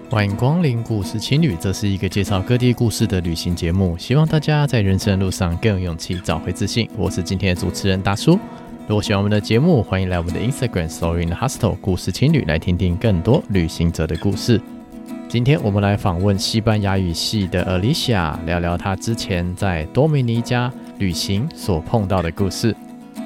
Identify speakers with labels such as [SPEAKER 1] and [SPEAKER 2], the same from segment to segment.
[SPEAKER 1] 欢迎光临故事青旅，这是一个介绍各地故事的旅行节目，希望大家在人生的路上更有勇气，找回自信。我是今天的主持人大叔。如果喜欢我们的节目，欢迎来我们的 Instagram Story in the Hostel 故事青旅来听听更多旅行者的故事。今天我们来访问西班牙语系的 Alicia， 聊聊她之前在多米尼加旅行所碰到的故事。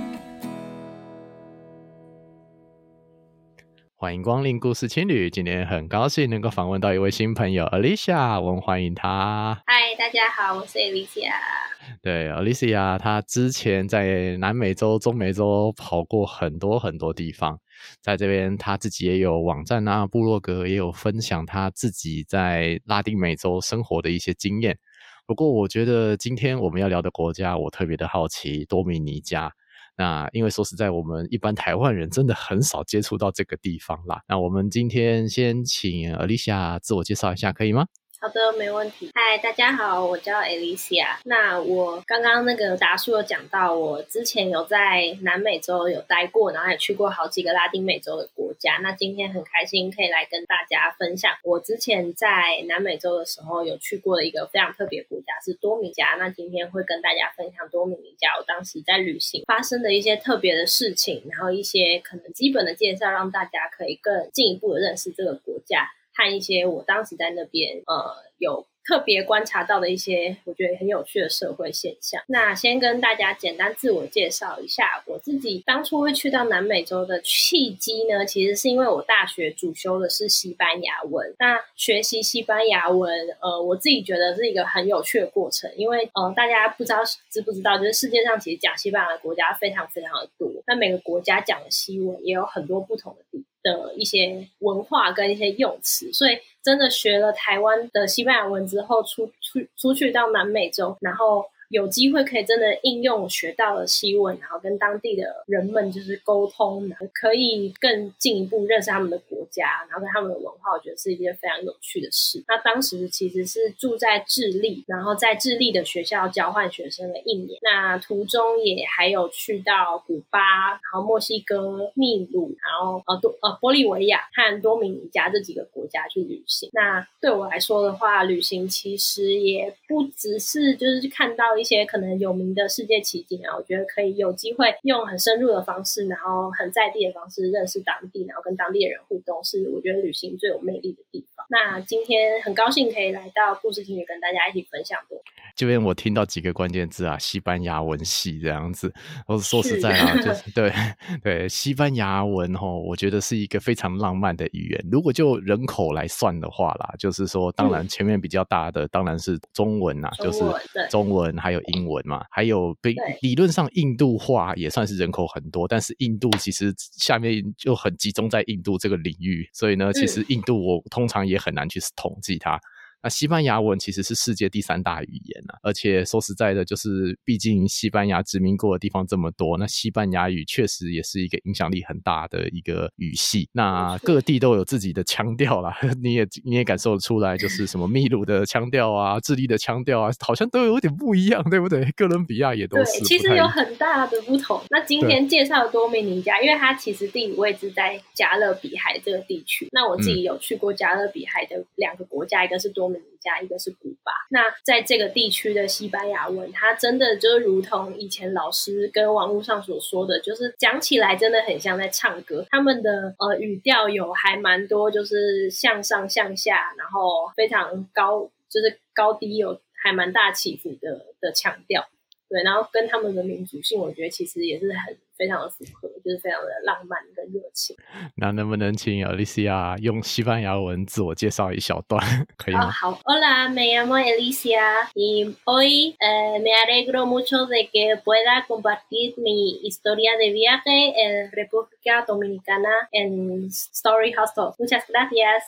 [SPEAKER 1] 欢迎光临故事青旅，今天很高兴能够访问到一位新朋友 Alicia， 我们欢迎她。
[SPEAKER 2] 嗨，大家好，我是 Alicia。
[SPEAKER 1] 对 Alicia， 她之前在南美洲、中美洲跑过很多很多地方，在这边她自己也有网站啊、部落格，也有分享她自己在拉丁美洲生活的一些经验。不过我觉得今天我们要聊的国家，我特别的好奇多米尼加。那因为说实在，我们一般台湾人真的很少接触到这个地方啦。那我们今天先请 Alicia 自我介绍一下，可以吗？
[SPEAKER 2] 好的，没问题。嗨，大家好，我叫 Alicia。那我刚刚那个达叔有讲到，我之前有在南美洲有待过，然后也去过好几个拉丁美洲的国家。那今天很开心可以来跟大家分享，我之前在南美洲的时候有去过的一个非常特别的国家是多米尼加。那今天会跟大家分享多米尼加我当时在旅行发生的一些特别的事情，然后一些可能基本的介绍，让大家可以更进一步的认识这个国家。和一些我当时在那边有特别观察到的一些我觉得很有趣的社会现象。那先跟大家简单自我介绍一下，我自己当初会去到南美洲的契机呢，其实是因为我大学主修的是西班牙文。那学习西班牙文我自己觉得是一个很有趣的过程，因为大家不知道知不知道，就是世界上其实讲西班牙的国家非常非常的多，那每个国家讲的西文也有很多不同的一些文化跟一些用词，所以真的学了台湾的西班牙文之后，出去到南美洲，然后有机会可以真的应用学到的西文，然后跟当地的人们就是沟通，然后可以更进一步认识他们的国家，然后跟他们的文化，我觉得是一件非常有趣的事。那当时其实是住在智利，然后在智利的学校交换学生了1年，那途中也还有去到古巴，然后墨西哥、秘鲁，然后玻利维亚和多米尼加这几个国家去旅行。那对我来说的话，旅行其实也不只是就是看到一些可能有名的世界奇景啊，我觉得可以有机会用很深入的方式，然后很在地的方式认识当地，然后跟当地的人互动，是我觉得旅行最有魅力的地方。那今天很高兴可以来到故事青旅跟大家一起分享的。
[SPEAKER 1] 这边我听到几个关键字啊，西班牙文系这样子。我说实在啊，就是对西班牙文我觉得是一个非常浪漫的语言。如果就人口来算的话啦，就是说，当然前面比较大的当然是中文啊，就是中文还有英文嘛，还有理论上印度话也算是人口很多，但是印度其实下面就很集中在印度这个领域，所以呢，其实印度我通常也很难去统计它。那西班牙文其实是世界第3大语言啊，而且说实在的，就是毕竟西班牙殖民过的地方这么多，那西班牙语确实也是一个影响力很大的一个语系。那各地都有自己的腔调啦，你也感受得出来，就是什么秘鲁的腔调啊、智利的腔调啊，好像都有点不一样，对不对？哥伦比亚也都是。
[SPEAKER 2] 对，其实有很大的不同。那今天介绍的多米尼加，因为它其实地理位置在加勒比海这个地区。那我自己有去过加勒比海的2个国家，一个是多米尼加，一个是古巴。那在这个地区的西班牙文，它真的就是如同以前老师跟网络上所说的，就是讲起来真的很像在唱歌。他们的语调有还蛮多，就是向上向下，然后非常高，就是高低有还蛮大起伏的腔调。对，然后跟他们的民族性，我觉得其实也是非常的符合，就是非常的浪漫跟热情。
[SPEAKER 1] 那能不能请 Alicia 用西班牙文自我介绍一小段，可以吗？
[SPEAKER 2] 好 Hola, me llamo Alicia y hoy me alegro mucho de que pueda compartir mi historia de viaje en República Dominicana en Story Hostel. Muchas gracias.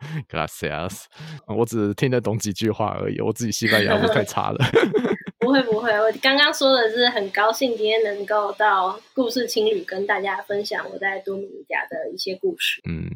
[SPEAKER 1] Gracias. 我只听得懂几句话而已，我自己西班牙文太差了。
[SPEAKER 2] 不会，我刚刚说的是很高兴今天能够到故事青旅跟大家分享我在多米尼加的一些故事。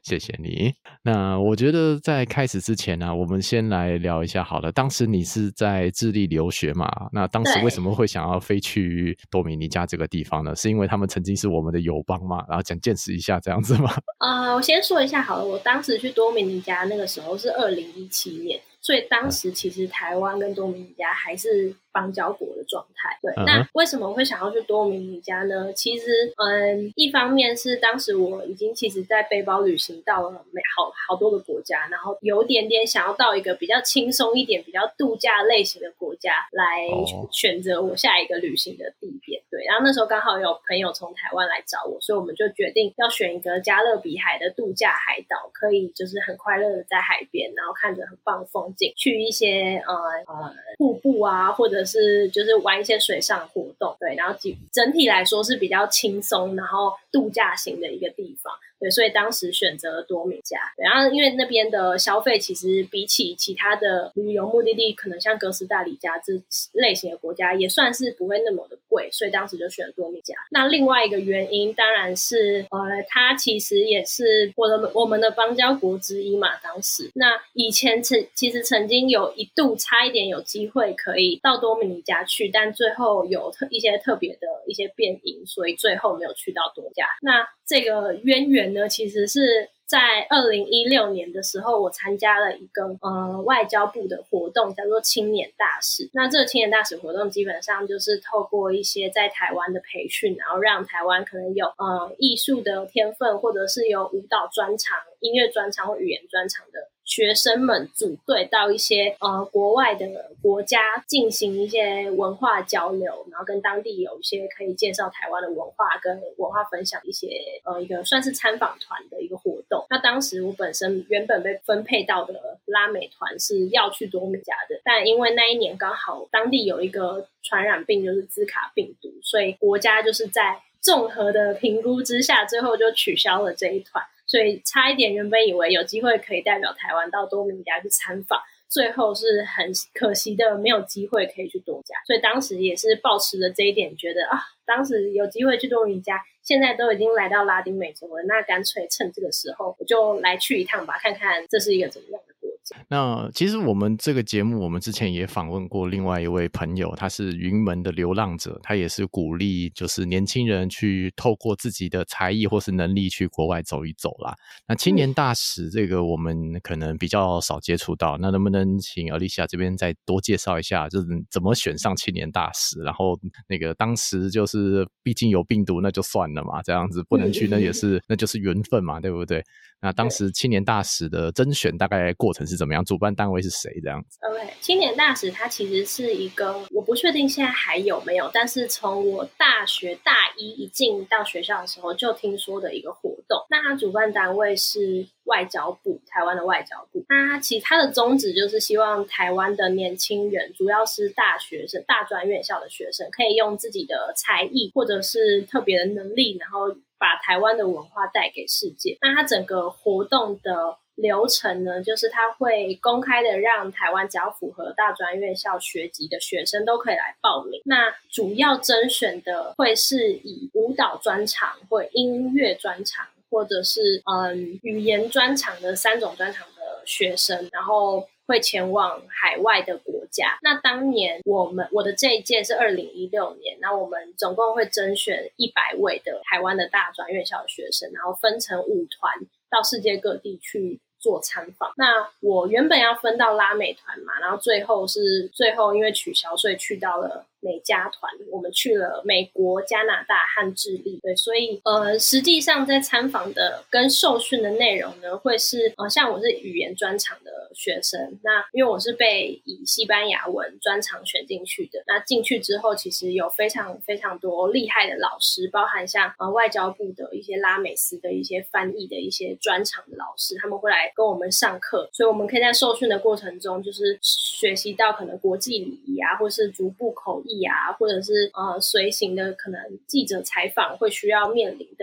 [SPEAKER 1] 谢谢你。那我觉得在开始之前呢，我们先来聊一下好了。当时你是在智利留学嘛？那当时为什
[SPEAKER 2] 对，
[SPEAKER 1] 么会想要飞去多米尼加这个地方呢？是因为他们曾经是我们的友邦嘛？然后想见识一下这样子吗？
[SPEAKER 2] 我先说一下好了，我当时去多米尼加那个时候是2017年，所以当时其实台湾跟多米尼加还是邦交国的状态。对，那为什么会想要去多米尼加呢？其实，一方面是当时我已经其实在背包旅行到了好多个国家，然后有点点想要到一个比较轻松一点、比较度假类型的国家来选择我下一个旅行的地点。对，然后那时候刚好有朋友从台湾来找我，所以我们就决定要选一个加勒比海的度假海岛，可以就是很快乐的在海边，然后看着很棒的风景，去一些瀑布啊，或者是就是玩一些水上活动。对，然后整体来说是比较轻松，然后度假型的一个地方。对，所以当时选择了多米加。对，然后因为那边的消费其实比起其他的旅游目的地，可能像哥斯达黎加这类型的国家，也算是不会那么的贵，所以当时就选了多米加。那另外一个原因当然是，它其实也是我们的邦交国之一嘛。当时那以前其实曾经有一度差一点有机会可以到多米尼加去，但最后有一些特别的一些变因，所以最后没有去到多米加。那这个渊源呢，其实是在2016年的时候，我参加了一个外交部的活动，叫做青年大使。那这个青年大使活动基本上就是透过一些在台湾的培训，然后让台湾可能有艺术的天分，或者是有舞蹈专长、音乐专长或语言专长的学生们组队到一些国外的国家进行一些文化交流，然后跟当地有一些可以介绍台湾的文化跟文化分享一些一个算是参访团的一个活动。那当时我本身原本被分配到的拉美团是要去多米加的，但因为那一年刚好当地有一个传染病就是兹卡病毒，所以国家就是在综合的评估之下，最后就取消了这一团。所以差一点原本以为有机会可以代表台湾到多米尼加去参访，最后是很可惜的没有机会可以去多米尼加。所以当时也是抱持着这一点，觉得当时有机会去多米尼加，现在都已经来到拉丁美洲了，那干脆趁这个时候我就来去一趟吧，看看这是一个怎么样的国家。
[SPEAKER 1] 那其实我们这个节目，我们之前也访问过另外一位朋友，他是云门的流浪者，他也是鼓励就是年轻人去透过自己的才艺或是能力去国外走一走啦。那青年大使这个我们可能比较少接触到，那能不能请 Alicia 这边再多介绍一下，就是怎么选上青年大使，然后那个当时就是毕竟有病毒那就算了嘛，这样子不能去那就是缘分嘛，对不对？那当时青年大使的甄选大概过程是怎么样？主办单位是谁这样子
[SPEAKER 2] OK， 青年大使它其实是一个，我不确定现在还有没有，但是从我大学大一一进到学校的时候就听说的一个活动。那它主办单位是外交部，台湾的外交部。那其实它的宗旨就是希望台湾的年轻人，主要是大学生、大专院校的学生，可以用自己的才艺或者是特别的能力，然后把台湾的文化带给世界。那它整个活动的流程呢，就是它会公开的让台湾只要符合大专院校学籍的学生都可以来报名。那主要甄选的会是以舞蹈专长或音乐专长或者是语言专长的3种专长的学生，然后会前往海外的国家。那当年我的这一届是2016年，那我们总共会甄选100位的台湾的大专院校的学生，然后分成5团到世界各地去做参访。那我原本要分到拉美团嘛，然后最后因为取消，所以去到了美加团，我们去了美国、加拿大和智利。对，所以实际上在参访的跟受训的内容呢，会是像我是语言专长的学生，那因为我是被以西班牙文专长选进去的，那进去之后其实有非常非常多厉害的老师，包含像外交部的一些拉美斯的一些翻译的一些专长的老师，他们会来跟我们上课，所以我们可以在受训的过程中就是学习到可能国际礼仪啊，或是逐步口译啊，或者是随行的可能记者采访会需要面临的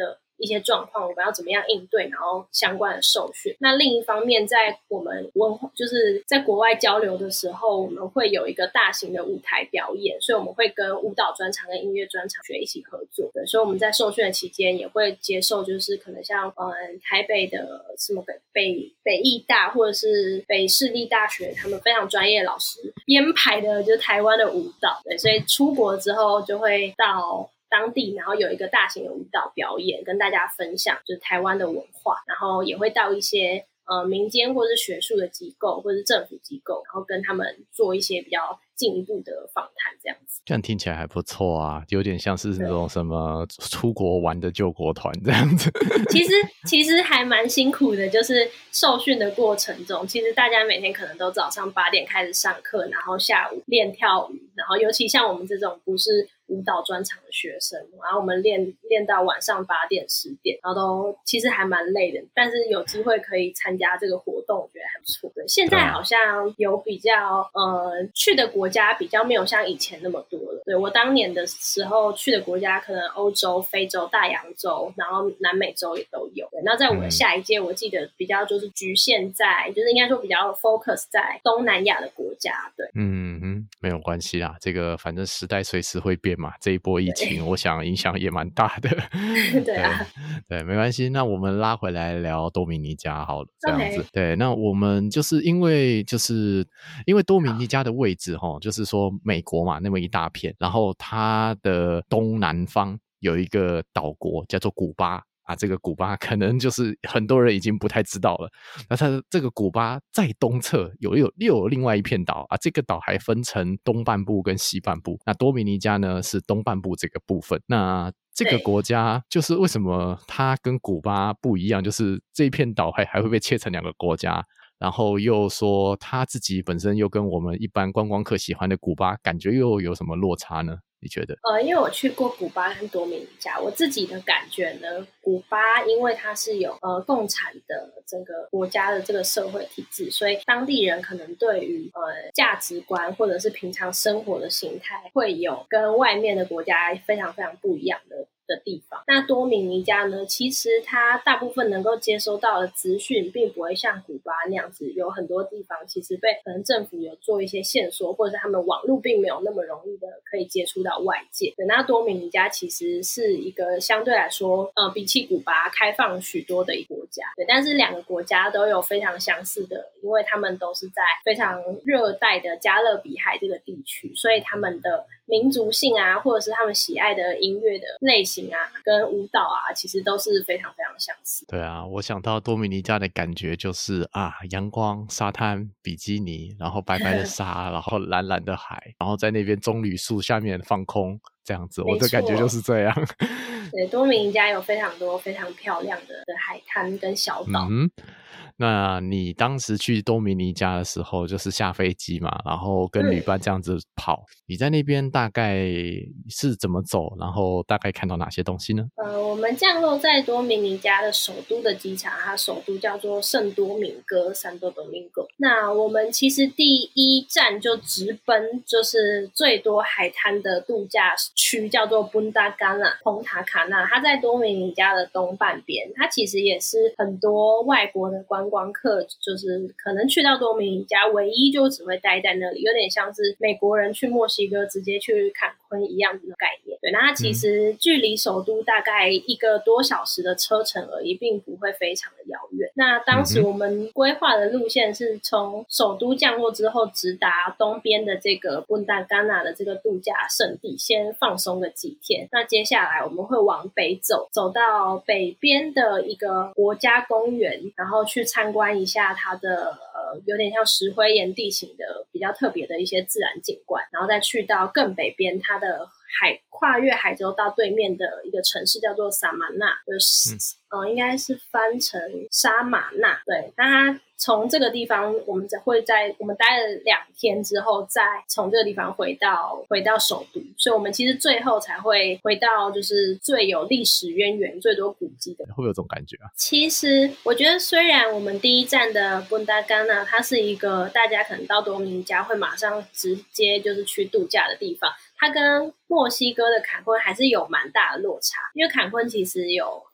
[SPEAKER 2] 一些状况，我们要怎么样应对，然后相关的受训。那另一方面，在我们文化就是在国外交流的时候，我们会有一个大型的舞台表演，所以我们会跟舞蹈专场跟音乐专场学一起合作。对，所以我们在受训的期间也会接受，就是可能像台北的什么北艺大或者是北市立大学，他们非常专业的老师编排的就是台湾的舞蹈。对，所以出国之后就会到当地，然后有一个大型的舞蹈表演，跟大家分享就是台湾的文化，然后也会到一些民间或是学术的机构或是政府机构，然后跟他们做一些比较进一步的访谈，这样子。
[SPEAKER 1] 这样听起来还不错啊，有点像是那种什么出国玩的救国团这样子。
[SPEAKER 2] 其实还蛮辛苦的，就是受训的过程中，其实大家每天可能都早上8点开始上课，然后下午练跳舞，然后尤其像我们这种不是舞蹈专场的学生，然后我们练到晚上8点10点，然后都其实还蛮累的，但是有机会可以参加这个活动，我觉得还不错。对，现在好像有比较去的国家比较没有像以前那么多了。对，我当年的时候去的国家可能欧洲、非洲、大洋洲，然后南美洲也都有。对，那在我的下一届，我记得比较就是局限在，就是应该说比较 focus 在东南亚的国家。对，
[SPEAKER 1] 没有关系啦，这个反正时代随时会变嘛，这一波疫情我想影响也蛮大的。
[SPEAKER 2] 对啊，
[SPEAKER 1] 对，没关系，那我们拉回来聊多米尼加好了，这样子。
[SPEAKER 2] Okay.
[SPEAKER 1] 对，那我们就是因为多米尼加的位置就是说美国嘛，那么一大片，然后它的东南方有一个岛国叫做古巴。这个古巴可能就是很多人已经不太知道了。那它这个古巴在东侧又有另外一片岛这个岛还分成东半部跟西半部。那多米尼加呢是东半部这个部分。那这个国家就是为什么它跟古巴不一样，就是这一片岛还会被切成2个国家，然后又说它自己本身又跟我们一般观光客喜欢的古巴感觉又有什么落差呢？你觉得？
[SPEAKER 2] 因为我去过古巴跟多米尼加，我自己的感觉呢，古巴因为它是有共产的整个国家的这个社会体制，所以当地人可能对于价值观或者是平常生活的形态会有跟外面的国家非常非常不一样的地方。那多米尼加呢，其实它大部分能够接收到的资讯并不会像古巴那样子，有很多地方其实被可能政府有做一些限缩，或者是他们网络并没有那么容易的可以接触到外界。对，那多米尼加其实是一个相对来说比起古巴开放许多的一个国家。对，但是2个国家都有非常相似的，因为他们都是在非常热带的加勒比海这个地区，所以他们的民族性或者是他们喜爱的音乐的类型跟舞蹈其实都是非常非常相似。
[SPEAKER 1] 对啊，我想到多米尼加的感觉就是阳光、沙滩、比基尼，然后白白的沙，然后蓝蓝的海，然后在那边棕榈树下面放空这样子，我的感觉就是这样。
[SPEAKER 2] 对，多米尼加有非常多非常漂亮的海滩跟小岛。
[SPEAKER 1] 那你当时去多米尼加的时候就是下飞机嘛，然后跟旅伴这样子跑，你在那边大概是怎么走，然后大概看到哪些东西呢？
[SPEAKER 2] 我们降落在多米尼加的首都的机场，它首都叫做圣多明哥 Santo Domingo。那我们其实第一站就直奔就是最多海滩的度假区，叫做 Punta Cana 蓬塔卡纳，它在多米尼加的东半边。它其实也是很多外国的观光客就是可能去到多米尼加唯一就只会待在那里，有点像是美国人去墨西哥直接去坎昆一样的概念。对，那它其实距离首都大概1个多小时的车程而已，并不会非常的遥远。那当时我们规划的路线是从首都降落之后直达东边的这个布达干纳的这个度假胜地，先放松个几天。那接下来我们会往北走，走到北边的一个国家公园，然后去参观一下它的有点像石灰岩地形的比较特别的一些自然景观，然后再去到更北边它的跨越海州到对面的一个城市叫做萨马纳，就是应该是翻成沙马纳。对，那它从这个地方我们待了2天之后，再从这个地方回到首都，所以我们其实最后才会回到就是最有历史渊源、最多古迹的。
[SPEAKER 1] 会不会有这种感觉啊？
[SPEAKER 2] 其实我觉得，虽然我们第一站的布达干纳它是一个大家可能到多米尼加会马上直接就是去度假的地方，它跟墨西哥的坎昆还是有蛮大的落差，因为坎昆其实有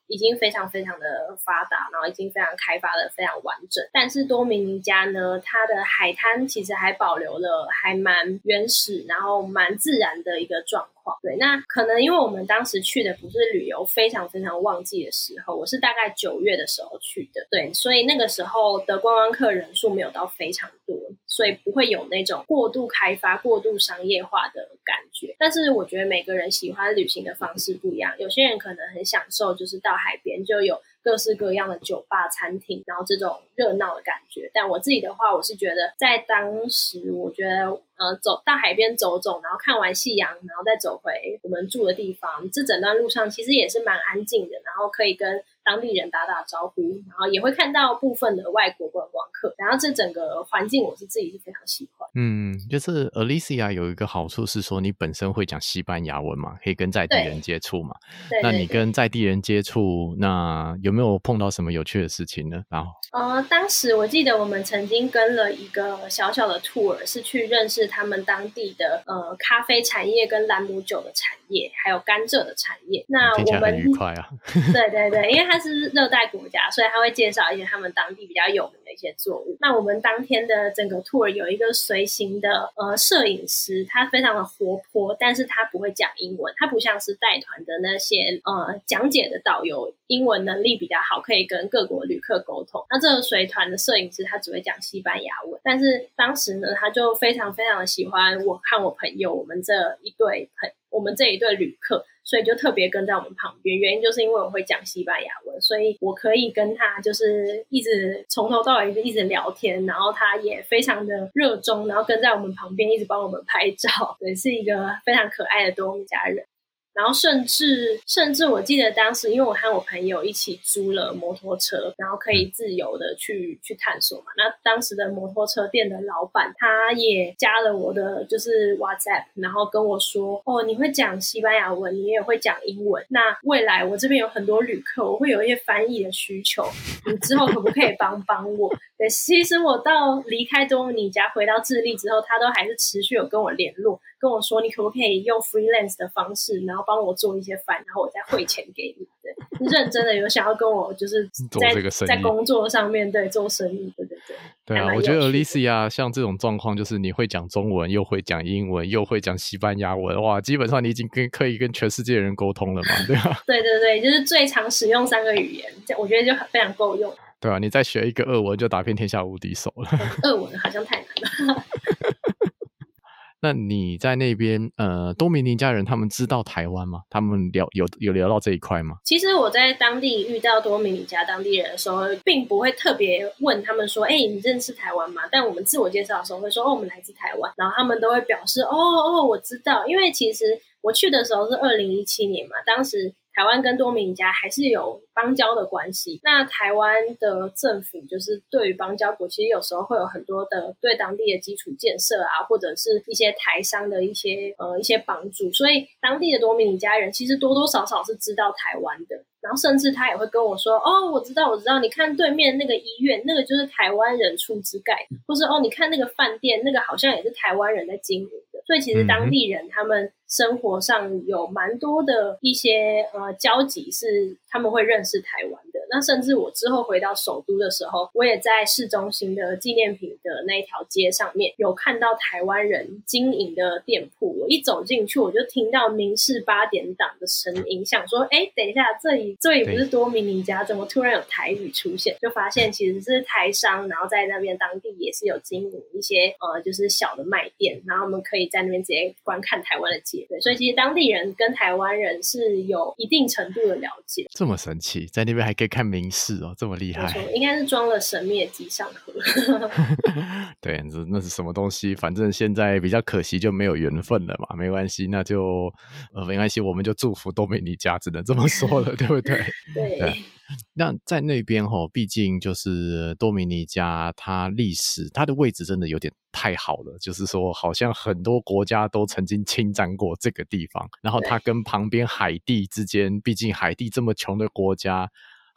[SPEAKER 2] 已经非常非常的发达，然后已经非常开发的非常完整。但是多米尼加呢，它的海滩其实还保留了还蛮原始，然后蛮自然的一个状况。对，那可能因为我们当时去的不是旅游非常非常旺季的时候，我是大概9月的时候去的，对，所以那个时候的观光客人数没有到非常多，所以不会有那种过度开发、过度商业化的感觉。但是我觉得每个人喜欢旅行的方式不一样，有些人可能很享受就是到海边就有各式各样的酒吧、餐厅，然后这种热闹的感觉。但我自己的话，我是觉得在当时，我觉得走到海边走走，然后看完夕阳，然后再走回我们住的地方，这整段路上其实也是蛮安静的，然后可以跟当地人打打招呼，然后也会看到部分的外国观光客，然后这整个环境我是自己是非常喜欢。
[SPEAKER 1] 就是 Alicia 有一个好处是说你本身会讲西班牙文嘛，可以跟在地人接触嘛。
[SPEAKER 2] 对，
[SPEAKER 1] 那你跟在地人接触，那有没有碰到什么有趣的事情呢？然后
[SPEAKER 2] 当时我记得我们曾经跟了一个小小的 tour， 是去认识他们当地的咖啡产业跟兰姆酒的产业，还有甘蔗的产业。那
[SPEAKER 1] 听起来
[SPEAKER 2] 我们
[SPEAKER 1] 很愉快啊。
[SPEAKER 2] 对对对，因为它是热带国家，所以他会介绍一些他们当地比较有名的一些作物。那我们当天的整个 tour 有一个随行的摄影师，他非常的活泼，但是他不会讲英文，他不像是带团的那些讲解的导游，英文能力比较好，可以跟各国旅客沟通。那这个随团的摄影师他只会讲西班牙文，但是当时呢，他就非常非常的喜欢我和我朋友，我们这一对旅客，所以就特别跟在我们旁边。原因就是因为我会讲西班牙文，所以我可以跟他就是一直从头到尾一直聊天，然后他也非常的热衷，然后跟在我们旁边一直帮我们拍照，对，是一个非常可爱的多米家人。然后甚至我记得当时因为我和我朋友一起租了摩托车，然后可以自由的去探索嘛。那当时的摩托车店的老板他也加了我的就是 WhatsApp， 然后跟我说你会讲西班牙文，你也会讲英文，那未来我这边有很多旅客，我会有一些翻译的需求，你之后可不可以帮我？对，其实我到离开多米尼加回到智利之后，他都还是持续有跟我联络，跟我说你可不可以用 freelance 的方式，然后帮我做一些饭，然后我再汇钱给你。对，认真的有想要跟我就是在工作上面对做生意。对
[SPEAKER 1] 啊，我觉得 Alicia 像这种状况，就是你会讲中文，又会讲英文，又会讲西班牙文，哇，基本上你已经可以跟全世界的人沟通了嘛，对吧？
[SPEAKER 2] 对对对，就是最常使用3个语言，我觉得就非常够用。
[SPEAKER 1] 对啊，你再学一个俄文就打遍天下无敌手了。
[SPEAKER 2] 俄文好像太难了。
[SPEAKER 1] 那你在那边多米尼加人他们知道台湾吗？他们有聊到这一块吗？
[SPEAKER 2] 其实我在当地遇到多米尼加当地人的时候，并不会特别问他们说你认识台湾吗？但我们自我介绍的时候会说我们来自台湾，然后他们都会表示我知道。因为其实我去的时候是2017年嘛，当时台湾跟多米尼加还是有邦交的关系。那台湾的政府就是对于邦交国，其实有时候会有很多的对当地的基础建设啊，或者是一些台商的一些帮助，所以当地的多米尼加人其实多多少少是知道台湾的。然后甚至他也会跟我说我知道，你看对面那个医院，那个就是台湾人出资盖，或是你看那个饭店，那个好像也是台湾人在经营的。所以其实当地人他们生活上有蛮多的一些交集，是他们会认识台湾的。那甚至我之后回到首都的时候，我也在市中心的纪念品的那一条街上面有看到台湾人经营的店铺。我一走进去，我就听到民视8点档的声音，想说等一下，这里不是多米尼加，怎么突然有台语出现？就发现其实是台商，然后在那边当地也是有经营一些就是小的卖店，然后我们可以在那边直接观看台湾的街。对，所以其实当地人跟台湾人是有一定程度的了解。
[SPEAKER 1] 这么神奇，在那边还可以看民视这么厉害。
[SPEAKER 2] 应该是装了神秘的机上盒。
[SPEAKER 1] 对，那是什么东西？反正现在比较可惜就没有缘分了嘛，没关系，那就没关系，我们就祝福多米尼加，只能这么说了，对不对？
[SPEAKER 2] 对。
[SPEAKER 1] 那在那边毕竟就是多米尼加，它历史它的位置真的有点太好了，就是说好像很多国家都曾经侵占过这个地方，然后它跟旁边海地之间，毕竟海地这么穷的国家，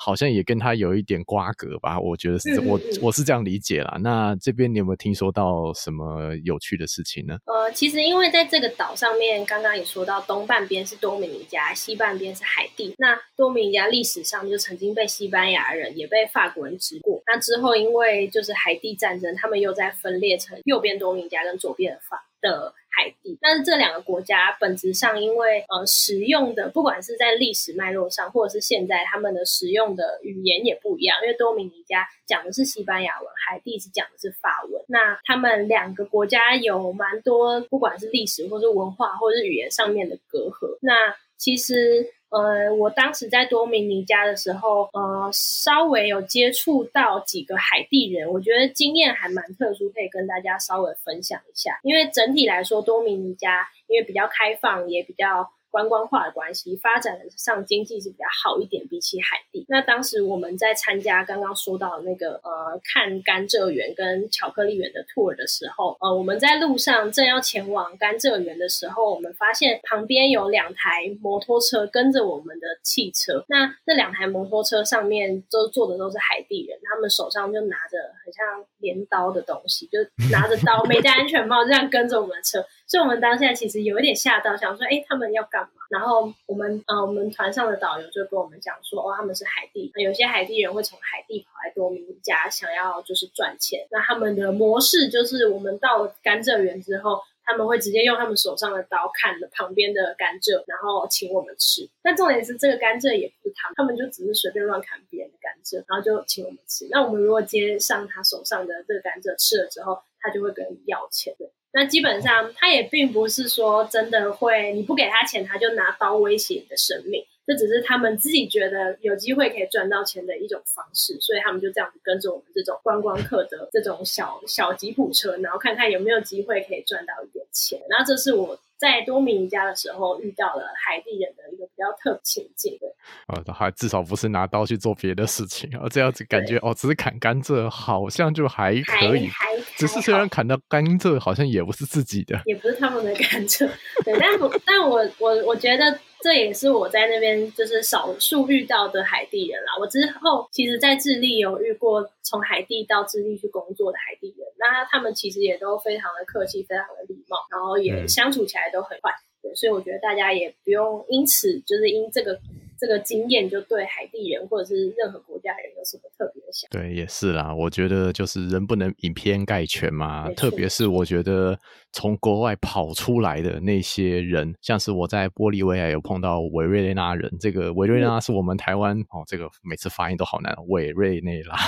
[SPEAKER 1] 好像也跟他有一点瓜葛吧，我觉得是我是这样理解啦。那这边你有没有听说到什么有趣的事情呢？
[SPEAKER 2] 其实因为在这个岛上面，刚刚也说到东半边是多米尼加，西半边是海地。那多米尼加历史上就曾经被西班牙人也被法国人治过。那之后因为就是海地战争，他们又在分裂成右边多米尼加跟左边的海地。但是这两个国家本质上因为使用的不管是在历史脉络上或者是现在他们的使用的语言也不一样，因为多米尼加讲的是西班牙文，海地是讲的是法文。那他们两个国家有蛮多不管是历史或是文化或是语言上面的隔阂。那其实我当时在多米尼加的时候稍微有接触到几个海地人，我觉得经验还蛮特殊，可以跟大家稍微分享一下。因为整体来说多米尼加因为比较开放也比较观光化的关系，发展上经济是比较好一点，比起海地。那当时我们在参加刚刚说到的那个看甘蔗园跟巧克力园的 tour 的时候，我们在路上正要前往甘蔗园的时候，我们发现旁边有2台摩托车跟着我们的汽车。那2台摩托车上面坐的都是海地人，他们手上就拿着很像镰刀的东西，就拿着刀没戴安全帽这样跟着我们的车。所以我们当下其实有一点吓到，想说他们要干嘛。然后我们团上的导游就跟我们讲说他们是海地，有些海地人会从海地跑来多米尼加想要就是赚钱。那他们的模式就是我们到了甘蔗园之后，他们会直接用他们手上的刀砍了旁边的甘蔗，然后请我们吃。但重点是这个甘蔗也不是他们就只是随便乱砍别人的甘蔗，然后就请我们吃。那我们如果接上他手上的这个甘蔗吃了之后，他就会跟你要钱。对，那基本上他也并不是说真的会你不给他钱他就拿刀威胁你的生命，这只是他们自己觉得有机会可以赚到钱的一种方式，所以他们就这样子跟着我们这种观光客的这种小吉普车，然后看看有没有机会可以赚到一点钱。然后这是我在多米尼加的时候遇到了海地人的一个比较特别情境。
[SPEAKER 1] 还至少不是拿刀去做别的事情这样子感觉只是砍甘蔗好像就还可以，只是虽然砍到甘蔗好像也不是自己的，
[SPEAKER 2] 也不是他们的甘蔗。对，但我觉得这也是我在那边就是少数遇到的海地人啦。我之后其实在智利有遇过从海地到智利去工作的海地人，那他们其实也都非常的客气，非常的礼貌，然后也相处起来都很快。对，所以我觉得大家也不用因此就是因这个经验就对海地人或者是任何国家人有什么特别的想法。
[SPEAKER 1] 对，也是啦，我觉得就是人不能以偏概全嘛，特别是我觉得从国外跑出来的那些人，像是我在玻利维亚有碰到委瑞内拉人，这个委瑞内拉是我们台湾这个每次发音都好难，委瑞内拉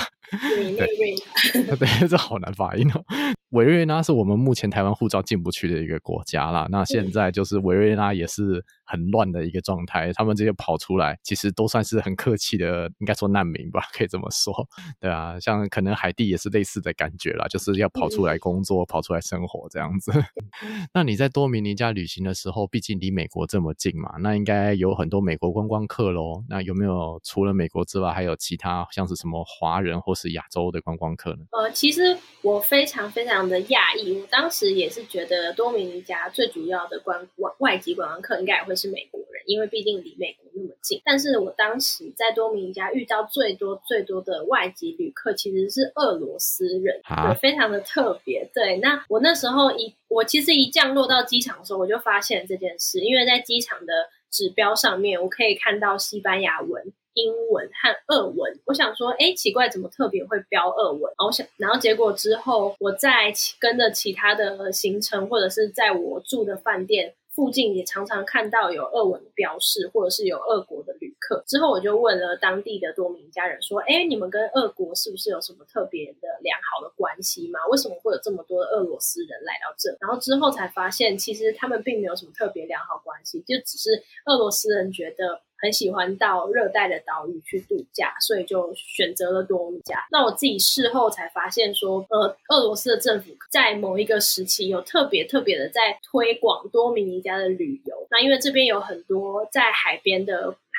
[SPEAKER 1] 对，这好难发音委瑞内拉是我们目前台湾护照进不去的一个国家啦，那现在就是委瑞内拉也是很乱的一个状态，他们这些跑出来其实都算是很客气的，应该说难民吧，可以这么说。对啊，像可能海地也是类似的感觉啦，就是要跑出来工作跑出来生活这样子那你在多米尼加旅行的时候，毕竟离美国这么近嘛，那应该有很多美国观光客咯，那有没有除了美国之外还有其他像是什么华人或是亚洲的观光客呢？
[SPEAKER 2] 其实我非常非常的讶异，我当时也是觉得多米尼加最主要的外籍观光客应该也会是美国人，因为毕竟离美国那么近。但是我当时在多米尼加遇到最多的外籍旅客其实是俄罗斯人，对，非常的特别。对，那我那时候我其实一降落到机场的时候我就发现这件事，因为在机场的指标上面我可以看到西班牙文、英文和俄文，我想说奇怪怎么特别会标俄文，然后结果之后我在跟着其他的行程或者是在我住的饭店附近也常常看到有俄文的标示或者是有俄国的旅客。之后我就问了当地的多米尼加人说你们跟俄国是不是有什么特别的良好的关系吗？为什么会有这么多的俄罗斯人来到这？然后之后才发现其实他们并没有什么特别良好关系，就只是俄罗斯人觉得很喜欢到热带的岛屿去度假，所以就选择了多米尼加。那我自己事后才发现说俄罗斯的政府在某一个时期有特别的在推广多米尼加的旅游，那因为这边有很多在海边的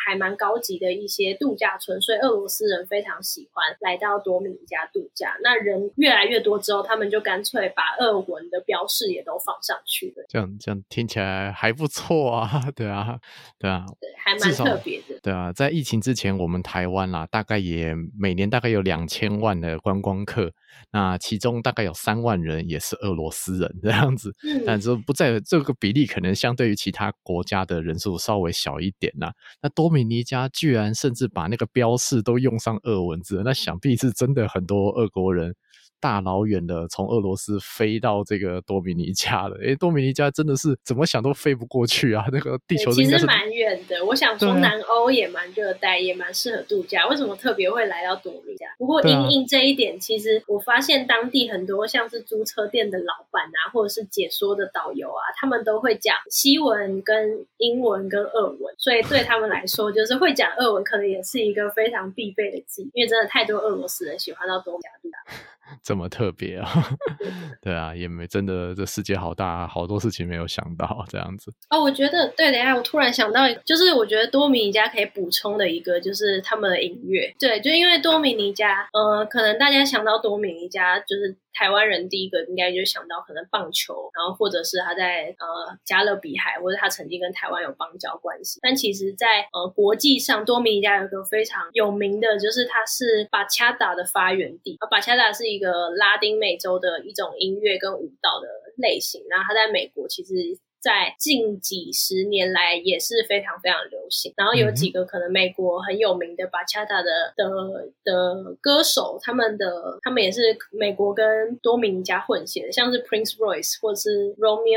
[SPEAKER 2] 还蛮高级的一些度假村，所以俄罗斯人非常喜欢来到多米尼加度假。那人越来越多之后，他们就干脆把俄文的标示也都放上去了。
[SPEAKER 1] 这样听起来还不错啊，对啊，对啊，
[SPEAKER 2] 对，还蛮特别的。
[SPEAKER 1] 对啊，在疫情之前，我们台湾啦，大概也每年大概有2000万的观光客，那其中大概有3万人也是俄罗斯人这样子，但是不在这个比例可能相对于其他国家的人数稍微小一点啦。那多米尼加居然甚至把那个标示都用上俄文字，那想必是真的很多俄国人大老远的从俄罗斯飞到这个多米尼加了。多米尼加真的是怎么想都飞不过去啊，那个地球应该是
[SPEAKER 2] 其实蛮远的。我想说南欧也蛮热带，也蛮适合度假，为什么特别会来到多米尼加？不过因应这一点，其实我发现当地很多像是租车店的老板啊，或者是解说的导游啊，他们都会讲西文跟英文跟俄文，所以对他们来说就是会讲俄文可能也是一个非常必备的技，因为真的太多俄罗斯人喜欢到多米尼加度假。
[SPEAKER 1] 这么特别啊对啊，也没真的这世界好大，好多事情没有想到这样子。
[SPEAKER 2] 我觉得对，等一下我突然想到，就是我觉得多米尼加可以补充的一个就是他们的音乐。对，就因为多米尼加可能大家想到多米尼加就是台湾人第一个应该就想到可能棒球，然后或者是他在加勒比海，或者他曾经跟台湾有邦交关系。但其实在国际上，多米尼加有一个非常有名的就是它是巴恰达的发源地。巴恰达是一个拉丁美洲的一种音乐跟舞蹈的类型，然后它在美国其实在近几十年来也是非常非常流行。然后有几个可能美国很有名的巴恰达的歌手，他们也是美国跟多米尼加混血的，像是 Prince Royce 或者是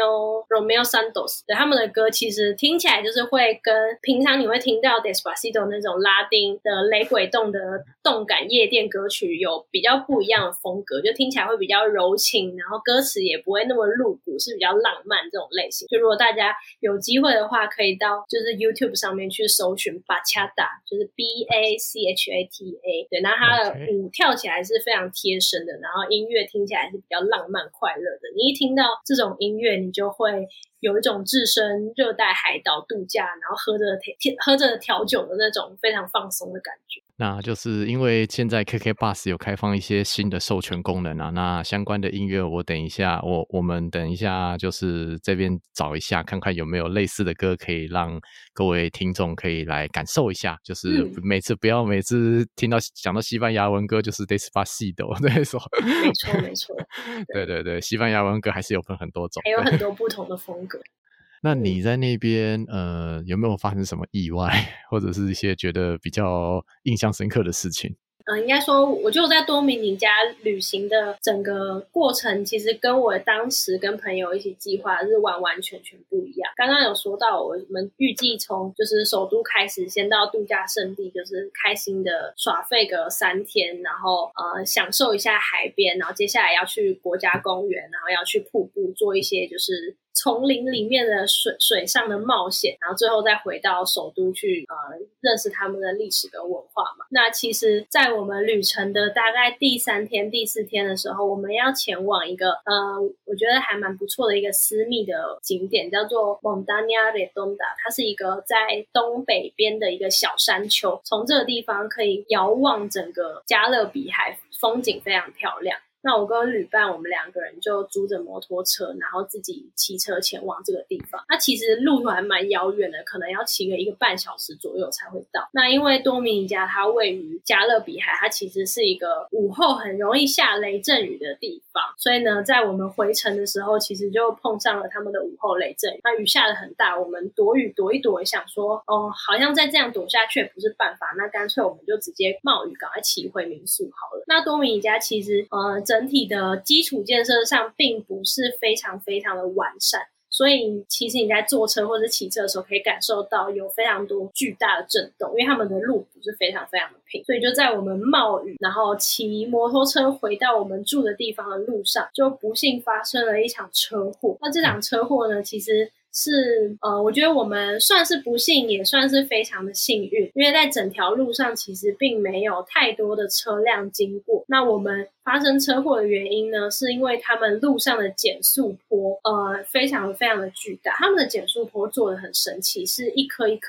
[SPEAKER 2] Romeo Santos， 对，他们的歌其实听起来就是会跟平常你会听到 Despacito 那种拉丁的雷鬼动的动感夜店歌曲有比较不一样的风格，就听起来会比较柔情，然后歌词也不会那么露骨，是比较浪漫这种类型。就如果大家有机会的话，可以到就是 YouTube 上面去搜寻 Bachata， 就是 BACHATA， 对，然后它的舞跳起来是非常贴身的，然后音乐听起来是比较浪漫快乐的。你一听到这种音乐，你就会有一种置身热带海岛度假，然后喝着调酒的那种非常放松的感觉。
[SPEAKER 1] 那就是因为现在 KKBOX 有开放一些新的授权功能啊，那相关的音乐我们等一下就是这边找一下，看看有没有类似的歌可以让各位听众可以来感受一下，就是不要每次讲到西班牙文歌就是 Despacito 对说，
[SPEAKER 2] 没错
[SPEAKER 1] 对对对，西班牙文歌还是有分很多种，
[SPEAKER 2] 还有很多不同的风格。
[SPEAKER 1] 那你在那边有没有发生什么意外，或者是一些觉得比较印象深刻的事情？
[SPEAKER 2] 应该说我就在多米尼加旅行的整个过程，其实跟我当时跟朋友一起计划是完完全全不一样。刚刚有说到我们预计从就是首都开始，先到度假胜地，就是开心的耍废个3天，然后享受一下海边，然后接下来要去国家公园，然后要去瀑布做一些就是丛林里面的水上的冒险，然后最后再回到首都去认识他们的历史跟文化嘛。那其实在我们旅程的大概第3天第4天的时候，我们要前往一个我觉得还蛮不错的一个私密的景点，叫做 Montaña Redonda， 它是一个在东北边的一个小山丘，从这个地方可以遥望整个加勒比海，风景非常漂亮。那我跟旅伴我们2个人就租着摩托车，然后自己骑车前往这个地方。那其实路途还蛮遥远的，可能要骑个1个半小时左右才会到。那因为多米尼加它位于加勒比海，它其实是一个午后很容易下雷阵雨的地方，所以呢在我们回程的时候其实就碰上了他们的午后雷阵雨。那雨下得很大，我们躲雨躲一躲，想说好像再这样躲下去也不是办法，那干脆我们就直接冒雨赶快骑回民宿好了。那多米尼加其实整体的基础建设上并不是非常非常的完善，所以其实你在坐车或者骑车的时候可以感受到有非常多巨大的震动，因为他们的路不是非常非常的平。所以就在我们冒雨然后骑摩托车回到我们住的地方的路上，就不幸发生了一场车祸。那这场车祸呢，其实是我觉得我们算是不幸也算是非常的幸运，因为在整条路上其实并没有太多的车辆经过。那我们发生车祸的原因呢，是因为他们路上的减速坡非常非常的巨大。他们的减速坡做得很神奇，是一颗一颗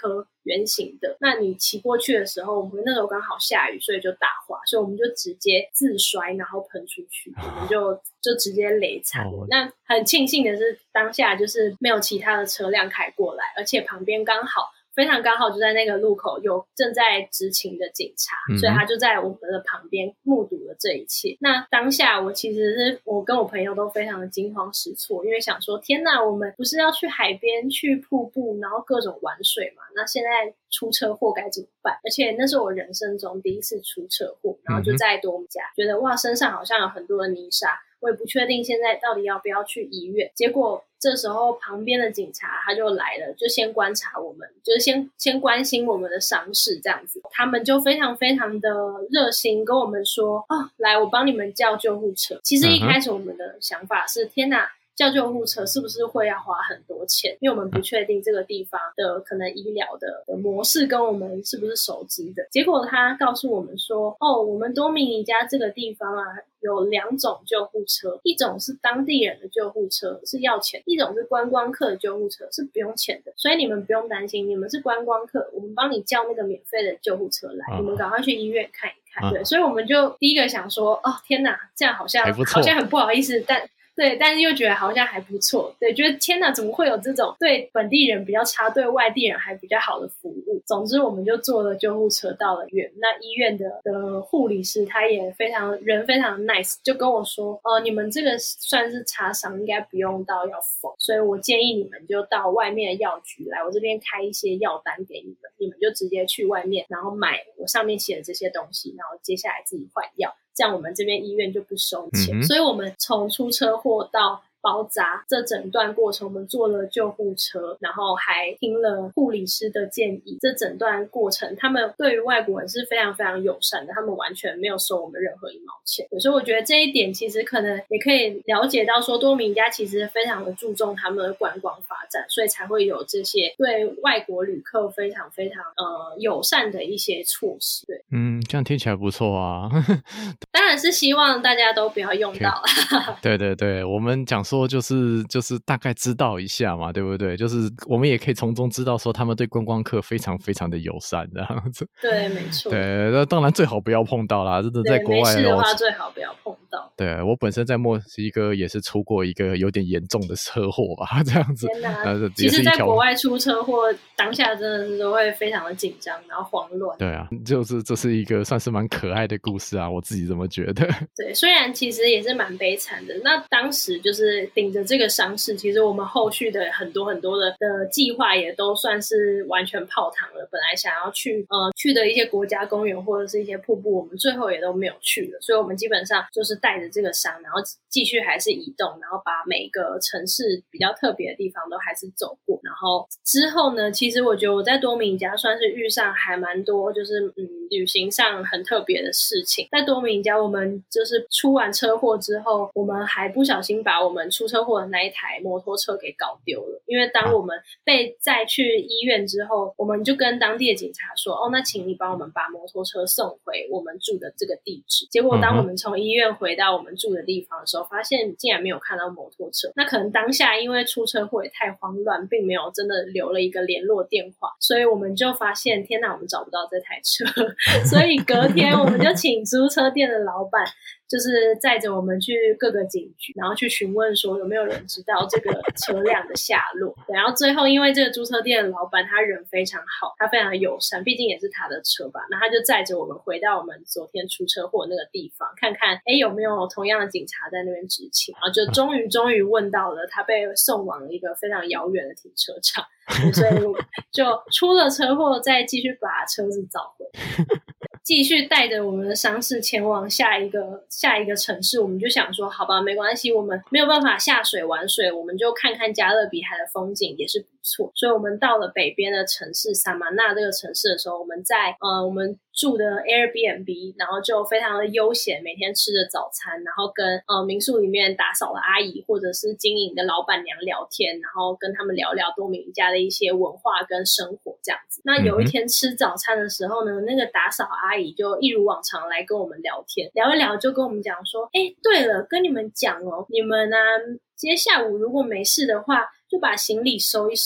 [SPEAKER 2] 圆形的，那你骑过去的时候，我们那时候刚好下雨，所以就打滑，所以我们就直接自摔，然后喷出去，我们就直接雷惨了。那很庆幸的是，当下就是没有其他的车辆开过来，而且旁边非常刚好就在那个路口有正在执勤的警察，所以他就在我们的旁边目睹了这一切。那当下我跟我朋友都非常的惊慌失措，因为想说天哪，我们不是要去海边去瀑布然后各种玩水嘛，那现在出车祸该怎么办？而且那是我人生中第一次出车祸，然后就在多米加觉得哇，身上好像有很多的泥沙，我也不确定现在到底要不要去医院。结果这时候旁边的警察他就来了，就先观察我们，就是先关心我们的伤势这样子。他们就非常非常的热心跟我们说，来我帮你们叫救护车。其实一开始我们的想法是天哪，叫救护车是不是会要花很多钱？因为我们不确定这个地方的可能医疗的模式跟我们是不是熟知的。结果他告诉我们说，我们多米尼加这个地方啊，有2种救护车，一种是当地人的救护车是要钱，一种是观光客的救护车是不用钱的，所以你们不用担心，你们是观光客，我们帮你叫那个免费的救护车来，你们赶快去医院看一看。对，所以我们就第一个想说，天哪，这样好像很不好意思，但是又觉得好像还不错，对，觉得天哪，怎么会有这种对本地人比较差，对外地人还比较好的服务？总之，我们就坐了救护车到了医院。那医院的护理师他也人非常 nice， 就跟我说，你们这个算是擦伤，应该不用到要缝，所以我建议你们就到外面的药局来，我这边开一些药单给你们，你们就直接去外面，然后买我上面写的这些东西，然后接下来自己换药。这样我们这边医院就不收钱。所以我们从出车祸到包扎这整段过程，我们坐了救护车，然后还听了护理师的建议。这整段过程他们对于外国人是非常非常友善的，他们完全没有收我们任何1毛钱。所以我觉得这一点其实可能也可以了解到说，多米尼加其实非常的注重他们的观光发展，所以才会有这些对外国旅客非常非常友善的一些措施。对，
[SPEAKER 1] 这样听起来不错啊。
[SPEAKER 2] 当然是希望大家都不要用到
[SPEAKER 1] 对对对，我们讲说就是大概知道一下嘛，对不对？就是我们也可以从中知道说他们对观光客非常非常的友善这样子。
[SPEAKER 2] 对，没错。
[SPEAKER 1] 对，那当然最好不要碰到啦，真的在国外
[SPEAKER 2] 没事的话最好不要碰到。
[SPEAKER 1] 对，我本身在墨西哥也是出过一个有点严重的车祸吧，这样子。
[SPEAKER 2] 天哪，其实在国外出车祸当下真的是都会非常的紧张，然后慌乱。
[SPEAKER 1] 对啊，这是一个算是蛮可爱的故事啊，我自己这么觉得。
[SPEAKER 2] 对，虽然其实也是蛮悲惨的。那当时就是顶着这个伤势，其实我们后续的很多很多的计划也都算是完全泡汤了。本来想要去的一些国家公园或者是一些瀑布，我们最后也都没有去了。所以我们基本上就是带着这个伤，然后继续还是移动，然后把每一个城市比较特别的地方都还是走过。然后之后呢，其实我觉得我在多米尼加算是遇上还蛮多就是旅行上很特别的事情。在多米尼加我们就是出完车祸之后，我们还不小心把我们出车祸的那一台摩托车给搞丢了。因为当我们被载去医院之后，我们就跟当地的警察说，那请你帮我们把摩托车送回我们住的这个地址。结果当我们从医院回到我们住的地方的时候，发现竟然没有看到摩托车。那可能当下因为出车祸也太慌乱，并没有真的留了一个联络电话，所以我们就发现天哪，我们找不到这台车。所以隔天我们就请租车店的老板就是载着我们去各个警局，然后去询问说有没有人知道这个车辆的下落。然后最后因为这个租车店的老板他人非常好，他非常的友善，毕竟也是他的车吧，那他就载着我们回到我们昨天出车祸那个地方，看看有没有同样的警察在那边执勤。然后就终于问到了，他被送往了一个非常遥远的停车场。所以就出了车祸，再继续把车子找回。继续带着我们的伤势前往下一个城市。我们就想说好吧，没关系，我们没有办法下水玩水，我们就看看加勒比海的风景也是不错。所以我们到了北边的城市萨马纳这个城市的时候，我们在我们住的 Airbnb， 然后就非常的悠闲，每天吃着早餐，然后跟民宿里面打扫的阿姨或者是经营的老板娘聊天，然后跟他们聊聊多米尼加的一些文化跟生活这样子。那有一天吃早餐的时候呢，那个打扫阿姨就一如往常来跟我们聊天，聊一聊就跟我们讲说，对了，跟你们讲你们啊，今天下午如果没事的话，就把行李收一收，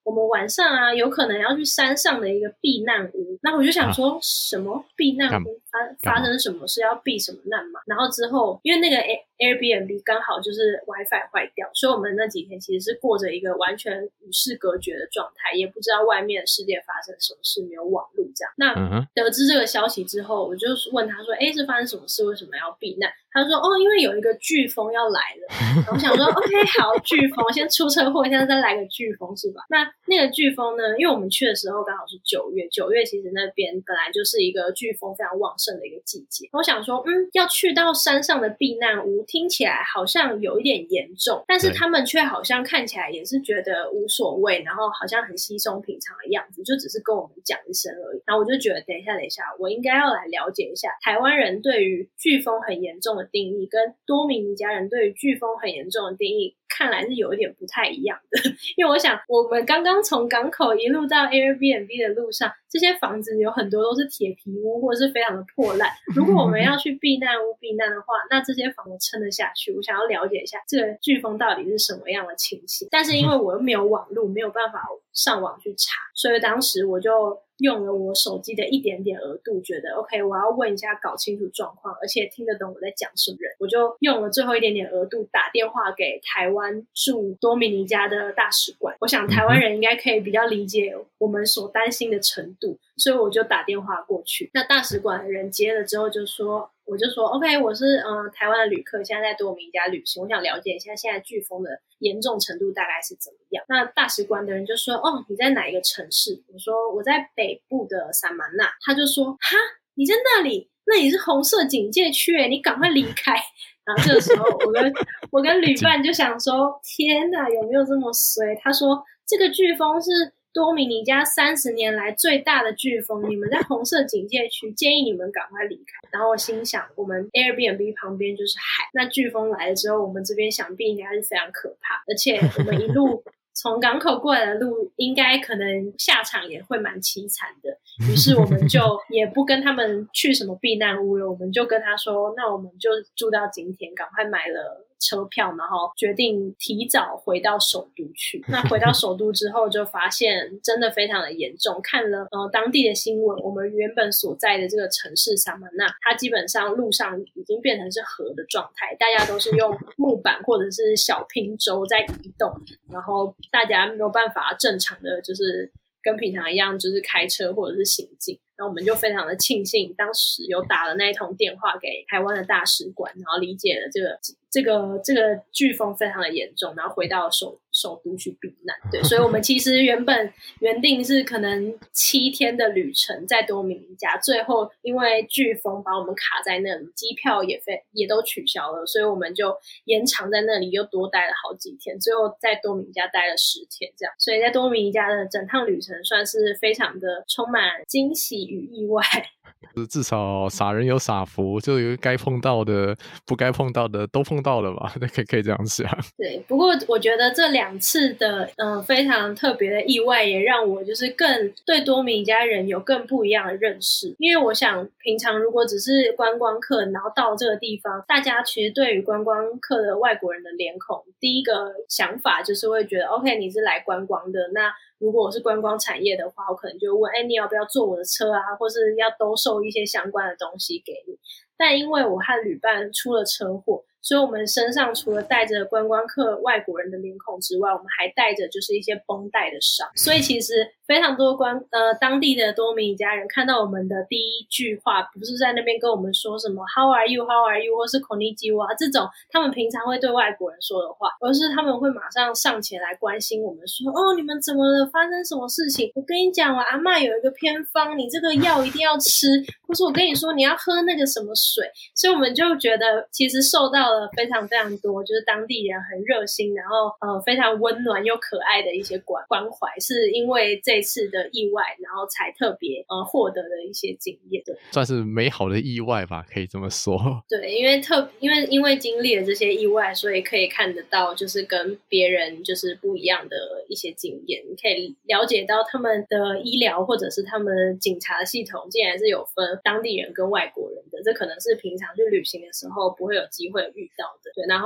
[SPEAKER 2] 我们晚上啊有可能要去山上的一个避难屋。那我就想说，什么避难屋发生什么事要避什么难嘛？然后之后因为那个 Airbnb 刚好就是 WiFi 坏掉，所以我们那几天其实是过着一个完全与世隔绝的状态，也不知道外面的世界发生什么事，没有网络这样。那得知这个消息之后，我就问他说，是发生什么事？为什么要避难？他说因为有一个飓风要来了。然后我想说OK 好，飓风先出车祸，现在再来个飓风是吧？那个飓风呢，因为我们去的时候刚好是9月，9月其实那边本来就是一个飓风非常旺盛的一个季节。我想说要去到山上的避难屋，听起来好像有一点严重，但是他们却好像看起来也是觉得无所谓，然后好像很稀松平常的样子，就只是跟我们讲一声而已。然后我就觉得等一下我应该要来了解一下台湾人对于飓风很严重的定义跟多米尼加人对于飓风很严重的定义看来是有一点不太一样的。因为我想我们刚刚从港口一路到 Airbnb 的路上，这些房子有很多都是铁皮屋或者是非常的破烂，如果我们要去避难屋避难的话，那这些房子撑得下去？我想要了解一下这个飓风到底是什么样的情形，但是因为我又没有网路，没有办法上网去查，所以当时我就用了我手机的一点点额度，觉得 OK 我要问一下搞清楚状况，而且听得懂我在讲什么人，我就用了最后一点点额度打电话给台湾驻多米尼加的大使馆。我想台湾人应该可以比较理解我们所担心的程度，所以我就打电话过去。那大使馆的人接了之后我就说 OK 我是台湾的旅客，现在在多米尼加旅行，我想了解一下现在飓风的严重程度大概是怎么样。那大使馆的人就说你在哪一个城市？我说我在北部的萨马纳。他就说哈你在那里？那里是红色警戒区耶，你赶快离开。然后这个时候我跟旅伴就想说天哪有没有这么衰？他说这个飓风是多米尼加30年来最大的飓风，你们在红色警戒区，建议你们赶快离开。然后我心想我们 Airbnb 旁边就是海，那飓风来了之后我们这边想必应该是非常可怕，而且我们一路从港口过来的路应该可能下场也会蛮凄惨的。于是我们就也不跟他们去什么避难屋了，我们就跟他说那我们就住到今天，赶快买了车票，然后决定提早回到首都去。那回到首都之后就发现真的非常的严重，看了当地的新闻，我们原本所在的这个城市萨马纳，它基本上路上已经变成是河的状态，大家都是用木板或者是小拼舟在移动，然后大家没有办法正常的就是跟平常一样就是开车或者是行进。然后我们就非常的庆幸当时有打了那一通电话给台湾的大使馆，然后理解了这个飓风非常的严重，然后回到首都去避难。对，所以我们其实原定是可能7天的旅程在多米尼加，最后因为飓风把我们卡在那里，机票也都取消了，所以我们就延长在那里又多待了好几天，最后在多米尼加待了10天这样。所以在多米尼加的整趟旅程算是非常的充满惊喜与意外。
[SPEAKER 1] 至少傻人有傻福，就有该碰到的不该碰到的都碰到了吧，可以这样想。
[SPEAKER 2] 对，不过我觉得这2次的非常特别的意外也让我就是更对多米尼加人有更不一样的认识。因为我想平常如果只是观光客然后到这个地方，大家其实对于观光客的外国人的脸孔第一个想法就是会觉得 OK 你是来观光的，那如果我是观光产业的话，我可能就会问你要不要坐我的车啊，或是要兜售一些相关的东西给你。但因为我和旅伴出了车祸，所以我们身上除了带着观光客外国人的脸孔之外，我们还带着就是一些绷带的伤。所以其实非常多当地的多米尼加人看到我们的第一句话不是在那边跟我们说什么 How are you How are you 或是 Konnichiwa 这种他们平常会对外国人说的话，而是他们会马上上前来关心我们说你们怎么了，发生什么事情，我跟你讲我阿嬷有一个偏方，你这个药一定要吃，或是我跟你说你要喝那个什么水。所以我们就觉得其实受到了非常非常多就是当地人很热心然后非常温暖又可爱的一些关怀，是因为这次的意外然后才特别获得的一些经验。对，
[SPEAKER 1] 算是美好的意外吧，可以这么说。
[SPEAKER 2] 对，因为经历了这些意外，所以可以看得到就是跟别人就是不一样的一些经验，你可以了解到他们的医疗或者是他们警察系统竟然是有分当地人跟外国人的，这可能是平常去旅行的时候不会有机会遇到的。对，然后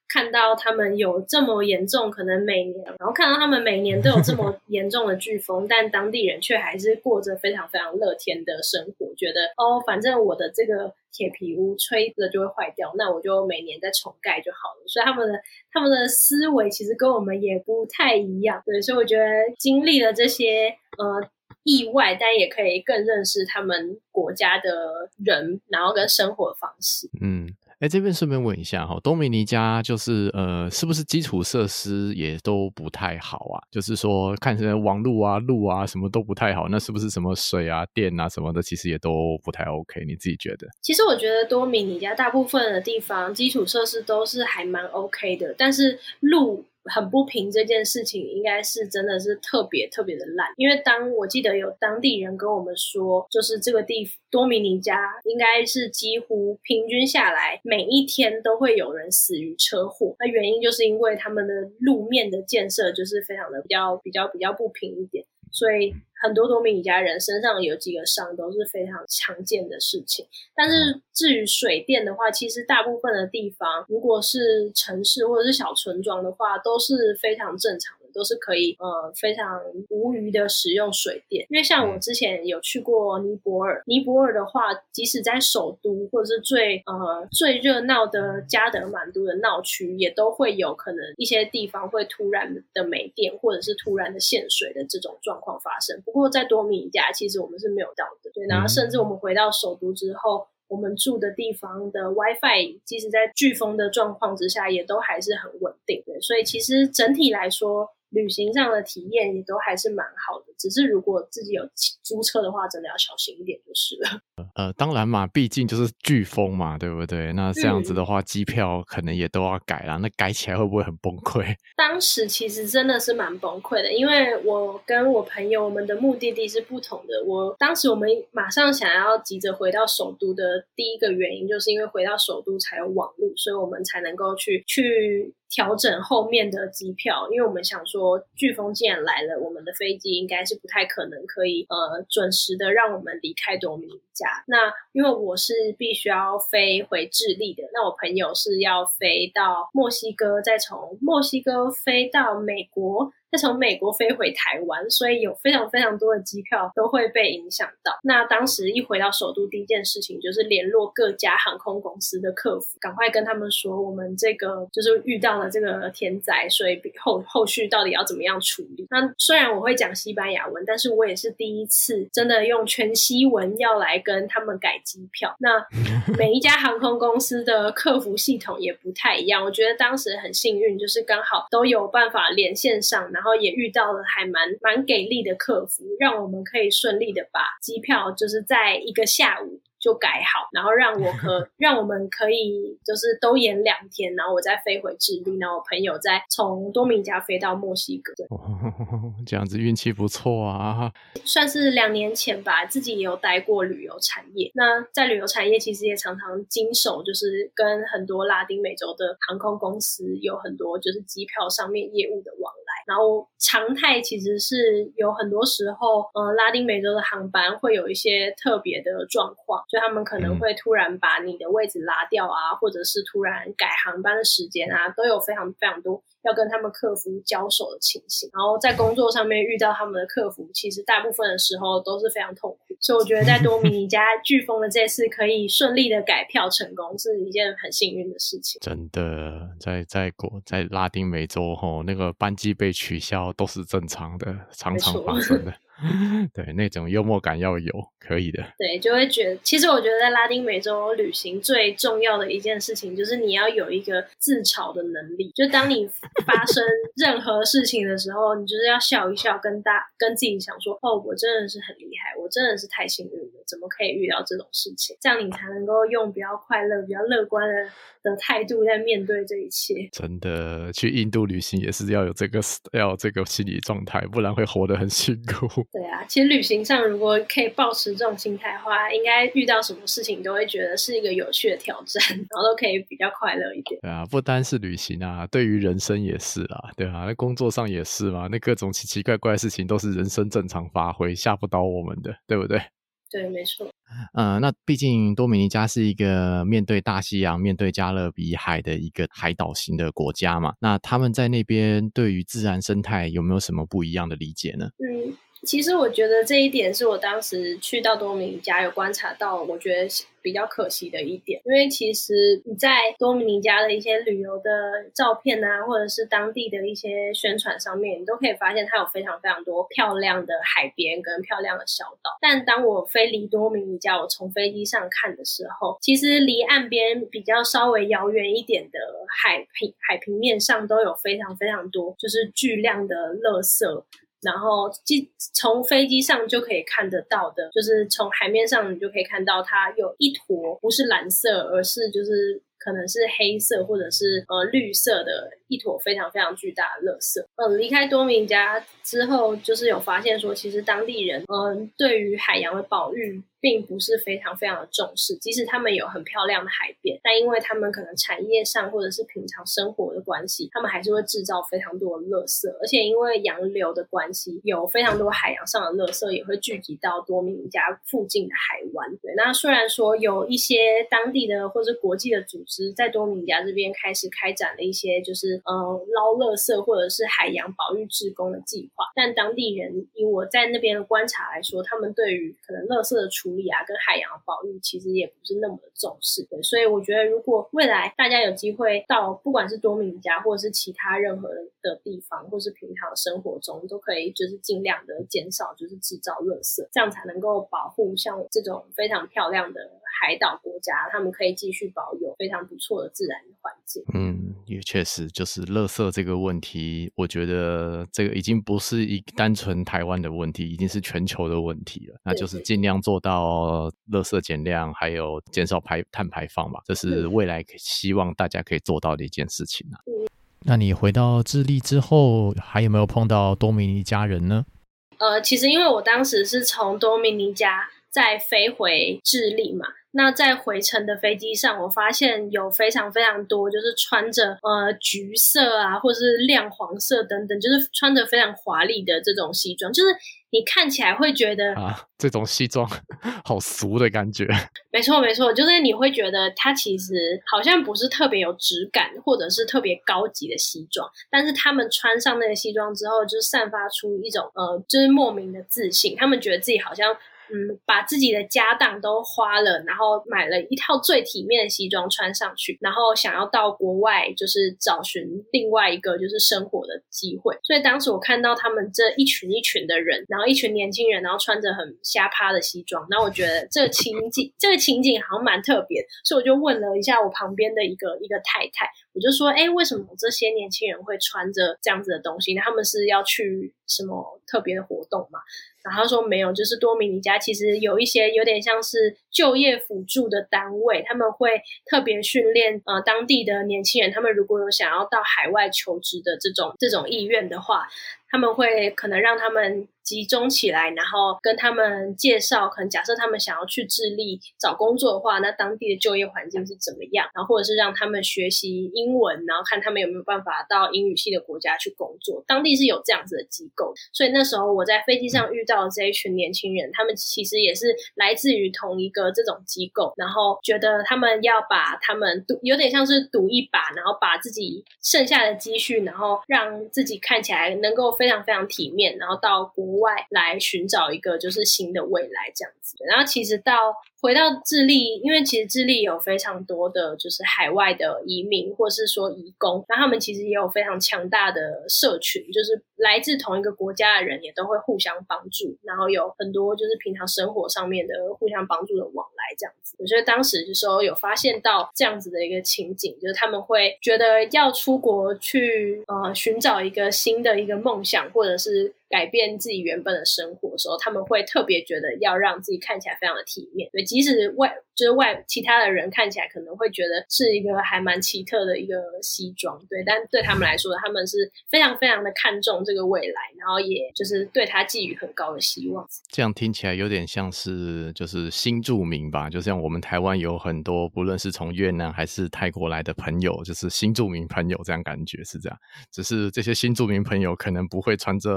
[SPEAKER 2] 看到他们有这么严重，可能每年，然后看到他们每年都有这么严重的飓风，但当地人却还是过着非常非常乐天的生活，觉得反正我的这个铁皮屋吹了就会坏掉，那我就每年再重盖就好了。所以他们的思维其实跟我们也不太一样，对，所以我觉得经历了这些意外，但也可以更认识他们国家的人，然后跟生活方式。
[SPEAKER 1] 这边顺便问一下多米尼加就是是不是基础设施也都不太好啊？就是说看起来网路啊、路啊什么都不太好，那是不是什么水啊、电啊什么的其实也都不太 OK？ 你自己觉得？
[SPEAKER 2] 其实我觉得多米尼加大部分的地方基础设施都是还蛮 OK 的，但是路很不平这件事情应该是真的是特别特别的烂，因为我记得有当地人跟我们说，就是这个多米尼加应该是几乎平均下来每一天都会有人死于车祸，那原因就是因为他们的路面的建设就是非常的比较不平一点，所以很多多米尼加人身上有几个伤都是非常常见的事情。但是至于水电的话，其实大部分的地方如果是城市或者是小村庄的话都是非常正常的，都是可以非常无虞的使用水电。因为像我之前有去过尼泊尔的话，即使在首都或者是最热闹的加德满都的闹区，也都会有可能一些地方会突然的没电或者是突然的限水的这种状况发生。不过在多米尼加其实我们是没有到的，对，然后甚至我们回到首都之后，我们住的地方的 WiFi 即使在飓风的状况之下也都还是很稳定的，所以其实整体来说旅行上的体验也都还是蛮好的，只是如果自己有租车的话真的要小心一点就是了。
[SPEAKER 1] 当然嘛，毕竟就是飓风嘛，对不对？那这样子的话机票可能也都要改啦，那改起来会不会很崩溃？
[SPEAKER 2] 当时其实真的是蛮崩溃的，因为我跟我朋友我们的目的地是不同的。当时我们马上想要急着回到首都的第一个原因，就是因为回到首都才有网路，所以我们才能够去调整后面的机票，因为我们想说飓风既然来了，我们的飞机应该是不太可能可以准时的让我们离开多米尼加。那因为我是必须要飞回智利的，那我朋友是要飞到墨西哥，再从墨西哥飞到美国，再从美国飞回台湾，所以有非常非常多的机票都会被影响到。那当时一回到首都，第一件事情就是联络各家航空公司的客服，赶快跟他们说我们这个就是遇到了这个天灾，所以后续到底要怎么样处理。那虽然我会讲西班牙文，但是我也是第一次真的用全西文要来跟他们改机票。那每一家航空公司的客服系统也不太一样，我觉得当时很幸运，就是刚好都有办法连线上，然后也遇到了还蛮给力的客服，让我们可以顺利的把机票就是在一个下午就改好，然后让我们可以就是都延2天，然后我再飞回智利，然后我朋友再从多米尼加飞到墨西哥。
[SPEAKER 1] 这样子运气不错啊。
[SPEAKER 2] 算是2年前吧，自己也有待过旅游产业。那在旅游产业其实也常常经手，就是跟很多拉丁美洲的航空公司有很多就是机票上面业务的往来。然后常态其实是有很多时候拉丁美洲的航班会有一些特别的状况，就他们可能会突然把你的位置拉掉啊，或者是突然改航班的时间啊，都有非常非常多要跟他们客服交手的情形。然后在工作上面遇到他们的客服，其实大部分的时候都是非常痛苦，所以我觉得在多米尼加飓风的这次可以顺利的改票成功，是一件很幸运的事情。
[SPEAKER 1] 真的，在拉丁美洲那个班机被取消都是正常的，常常发生的。对，那种幽默感要有，可以的。
[SPEAKER 2] 对，就会觉得，其实我觉得在拉丁美洲旅行最重要的一件事情，就是你要有一个自嘲的能力。就当你发生任何事情的时候，你就是要笑一笑，跟自己想说，我真的是很厉害，我真的是太幸运了，怎么可以遇到这种事情？这样你才能够用比较快乐、比较乐观的态度在面对这一切。
[SPEAKER 1] 真的，去印度旅行也是要有这个心理状态，不然会活得很辛苦。
[SPEAKER 2] 对啊，其实旅行上如果可以抱持这种心态的话，应该遇到什么事情都会觉得是一个有趣的挑战，然后都可以比较快乐一点。
[SPEAKER 1] 对啊，不单是旅行啊，对于人生也是啊，对啊，那工作上也是嘛，那各种奇奇怪怪的事情都是人生正常发挥，吓不倒我们的，对不对？
[SPEAKER 2] 对，没错。
[SPEAKER 1] 那毕竟多米尼加是一个面对大西洋、面对加勒比海的一个海岛型的国家嘛，那他们在那边对于自然生态有没有什么不一样的理解呢？
[SPEAKER 2] 其实我觉得这一点是我当时去到多米尼加有观察到，我觉得比较可惜的一点，因为其实你在多米尼加的一些旅游的照片啊，或者是当地的一些宣传上面，你都可以发现它有非常非常多漂亮的海边跟漂亮的小岛。但当我飞离多米尼加，我从飞机上看的时候，其实离岸边比较稍微遥远一点的海平面上都有非常非常多就是巨量的垃圾。然后从飞机上就可以看得到的，就是从海面上你就可以看到它有一坨不是蓝色，而是就是可能是黑色或者是绿色的一坨非常非常巨大的垃圾。离开多米尼加之后，就是有发现说，其实当地人对于海洋的保育并不是非常非常的重视，即使他们有很漂亮的海边，但因为他们可能产业上或者是平常生活的关系，他们还是会制造非常多的垃圾，而且因为洋流的关系，有非常多海洋上的垃圾也会聚集到多米尼加附近的海湾。对，那虽然说有一些当地的或是国际的组织在多米尼加这边开始开展了一些就是捞垃圾或者是海洋保育志工的计划，但当地人以我在那边的观察来说，他们对于可能垃圾的处理啊跟海洋的保育其实也不是那么的重视。对，所以我觉得如果未来大家有机会到不管是多米尼加或者是其他任何的地方，或是平常生活中，都可以就是尽量的减少就是制造垃圾，这样才能够保护像这种非常漂亮的海岛国家，他们可以继续保有非常不错的自然环境。
[SPEAKER 1] 也确实就是垃圾这个问题，我觉得这个已经不是单纯台湾的问题，已经是全球的问题了。那就是尽量做到垃圾减量，还有减少碳排放吧，这是未来希望大家可以做到的一件事情啊。那你回到智利之后，还有没有碰到多米尼加人呢？
[SPEAKER 2] 其实因为我当时是从多米尼加再飞回智利嘛，那在回程的飞机上，我发现有非常非常多就是穿着橘色啊或是亮黄色等等，就是穿着非常华丽的这种西装，就是你看起来会觉得
[SPEAKER 1] 这种西装好俗的感觉。
[SPEAKER 2] 没错没错，就是你会觉得它其实好像不是特别有质感或者是特别高级的西装，但是他们穿上那个西装之后，就散发出一种就是莫名的自信，他们觉得自己好像把自己的家当都花了，然后买了一套最体面的西装穿上去，然后想要到国外就是找寻另外一个就是生活的机会。所以当时我看到他们这一群一群的人，然后一群年轻人，然后穿着很瞎趴的西装，然后我觉得这个情景好像蛮特别，所以我就问了一下我旁边的一个太太，我就说为什么这些年轻人会穿着这样子的东西呢？他们是要去什么特别的活动吗？然后他说没有，就是多米尼加其实有一些有点像是就业辅助的单位，他们会特别训练当地的年轻人，他们如果有想要到海外求职的这种意愿的话，他们会可能让他们集中起来，然后跟他们介绍，可能假设他们想要去智利找工作的话，那当地的就业环境是怎么样，然后或者是让他们学习英文，然后看他们有没有办法到英语系的国家去工作，当地是有这样子的机构。所以那时候我在飞机上遇到的这一群年轻人，他们其实也是来自于同一个这种机构，然后觉得他们要把他们有点像是赌一把，然后把自己剩下的积蓄，然后让自己看起来能够非常非常体面，然后到国外来寻找一个就是新的未来这样子。然后其实回到智利，因为其实智利有非常多的就是海外的移民或是说移工，那他们其实也有非常强大的社群，就是来自同一个国家的人也都会互相帮助，然后有很多就是平常生活上面的互相帮助的往来这样子。所以当时的时候有发现到这样子的一个情景，就是他们会觉得要出国去寻找一个新的一个梦想，或者是改变自己原本的生活的时候，他们会特别觉得要让自己看起来非常的体面。对，即使其他的人看起来可能会觉得是一个还蛮奇特的一个西装，对，但对他们来说，他们是非常非常的看重这个未来，然后也就是对他寄予很高的希望。
[SPEAKER 1] 这样听起来有点像是就是新住民吧，就像我们台湾有很多不论是从越南还是泰国来的朋友，就是新住民朋友，这样感觉是这样。只是这些新住民朋友可能不会穿着亮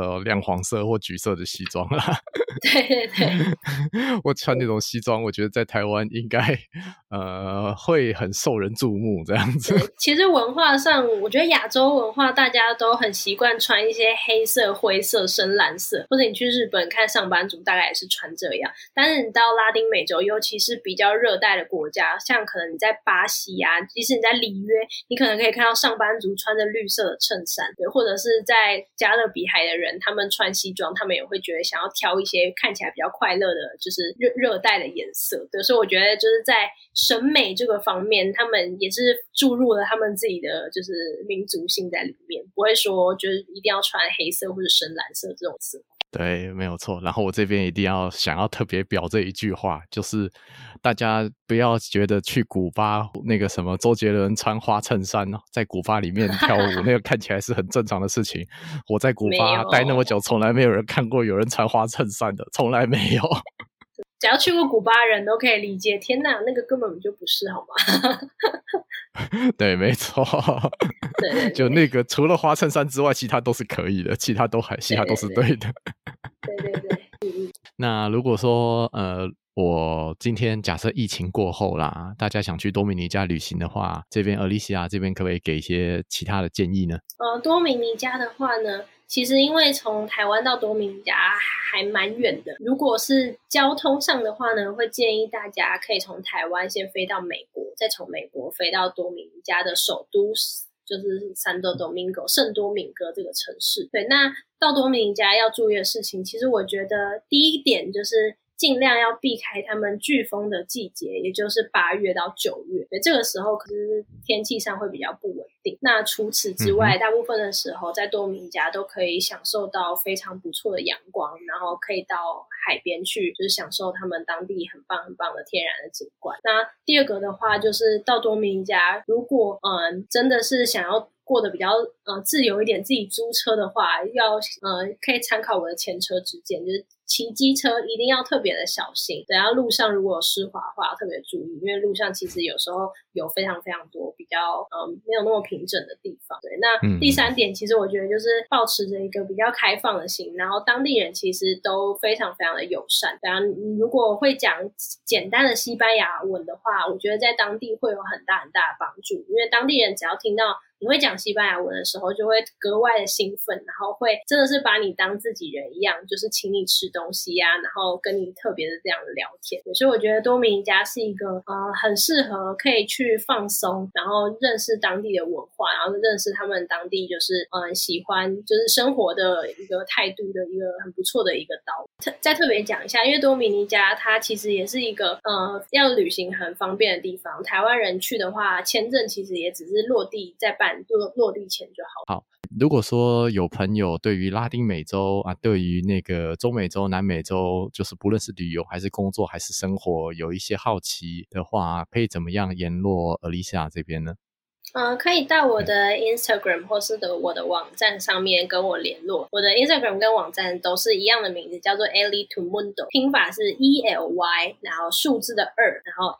[SPEAKER 1] 黄色或橘色的西装啦。
[SPEAKER 2] 对对对，
[SPEAKER 1] 我穿那种西装，我觉得在台湾应该会很受人注目这样子。
[SPEAKER 2] 其实文化上，我觉得亚洲文化大家都很习惯穿一些黑色、灰色、深蓝色，或者你去日本看上班族大概也是穿这样。但是你到拉丁美洲，尤其是比较热带的国家，像可能你在巴西啊，即使你在里约，你可能可以看到上班族穿着绿色的衬衫，对，或者是在加勒比海的人，他们穿西装，他们也会觉得想要挑一些看起来比较快乐的，就是热带的颜色，对，所以我觉得就是在审美这个方面，他们也是注入了他们自己的就是民族性在里面，不会说就是一定要穿黑色或者深蓝色这种色。
[SPEAKER 1] 对，没有错。然后我这边一定要想要特别表这一句话，就是大家不要觉得去古巴那个什么周杰伦穿花衬衫在古巴里面跳舞那个看起来是很正常的事情。我在古巴待那么久，从来没有人看过有人穿花衬衫的，从来没有。
[SPEAKER 2] 只要去过古巴人都可以理解，天哪，那个根本就不是好吗？
[SPEAKER 1] 对，没错。
[SPEAKER 2] 对，
[SPEAKER 1] 就那个除了花衬衫之外，其他都是可以的，其他都是对的。
[SPEAKER 2] 对。
[SPEAKER 1] 那如果说我今天假设疫情过后啦，大家想去多米尼加旅行的话，这边Alicia这边可不可以给一些其他的建议呢？
[SPEAKER 2] 多米尼加的话呢，其实因为从台湾到多米尼加还蛮远的，如果是交通上的话呢，会建议大家可以从台湾先飞到美国，再从美国飞到多米尼加的首都，就是Santo Domingo 圣多明哥这个城市。对，那到多米尼加要注意的事情，其实我觉得第一点就是尽量要避开他们飓风的季节，也就是8月到9月。对，这个时候可是天气上会比较不稳定。那除此之外，大部分的时候在多米尼加都可以享受到非常不错的阳光，然后可以到海边去，就是享受他们当地很棒很棒的天然的景观。那第二个的话，就是到多米尼加，如果真的是想要过得比较自由一点，自己租车的话，可以参考我的前车之鉴，就是骑机车一定要特别的小心，等下路上如果有湿滑的话要特别注意，因为路上其实有时候有非常非常多比较没有那么平整的地方。对，那第三点其实我觉得就是保持着一个比较开放的心，然后当地人其实都非常非常的友善。当然如果会讲简单的西班牙文的话，我觉得在当地会有很大很大的帮助，因为当地人只要听到你会讲西班牙文的时候就会格外的兴奋，然后会真的是把你当自己人一样，就是请你吃东西啊，然后跟你特别的这样的聊天。所以我觉得多米尼加是一个很适合可以去放松，然后认识当地的文化，然后认识他们当地就是喜欢就是生活的一个态度的一个很不错的一个岛。再特别讲一下，因为多米尼加它其实也是一个要旅行很方便的地方，台湾人去的话签证其实也只是落地再办落地前就好。
[SPEAKER 1] 好，如果说有朋友对于拉丁美洲啊，对于那个中美洲、南美洲，就是不论是旅游还是工作还是生活，有一些好奇的话，可以怎么样联络Alicia这边呢？
[SPEAKER 2] 可以到我的 Instagram 或是我的网站上面跟我联络。我的 Instagram 跟网站都是一样的名字，叫做 Ely to Mundo， 拼法是 ELY， 然后数字的2，然后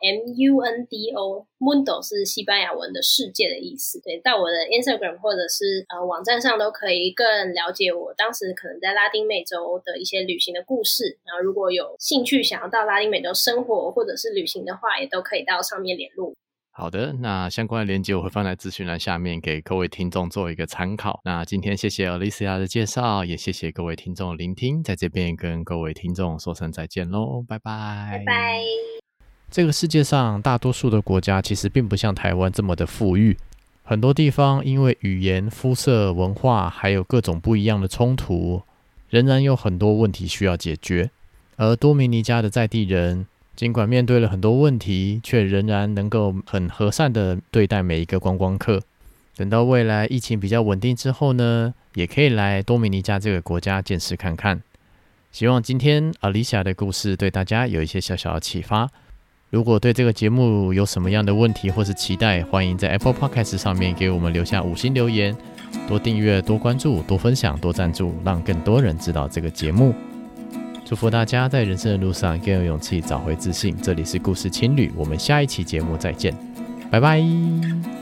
[SPEAKER 2] MUNDO， Mundo 是西班牙文的世界的意思。对，到我的 Instagram 或者是网站上都可以更了解我当时可能在拉丁美洲的一些旅行的故事。然后如果有兴趣想要到拉丁美洲生活或者是旅行的话，也都可以到上面联络。
[SPEAKER 1] 好的，那相关的连结我会放在资讯栏下面给各位听众做一个参考。那今天谢谢 Alicia 的介绍，也谢谢各位听众的聆听，在这边跟各位听众说声再见咯，拜拜。
[SPEAKER 2] 拜拜。
[SPEAKER 1] 这个世界上大多数的国家其实并不像台湾这么的富裕，很多地方因为语言、肤色、文化还有各种不一样的冲突，仍然有很多问题需要解决。而多米尼加的在地人尽管面对了很多问题，却仍然能够很和善的对待每一个观光客。等到未来疫情比较稳定之后呢，也可以来多米尼加这个国家见识看看。希望今天Alicia的故事对大家有一些小小的启发。如果对这个节目有什么样的问题或是期待，欢迎在 Apple Podcast 上面给我们留下5星留言，多订阅、多关注、多分享、多赞助，让更多人知道这个节目。祝福大家在人生的路上更有勇气，找回自信。这里是故事青旅，我们下一期节目再见，拜拜。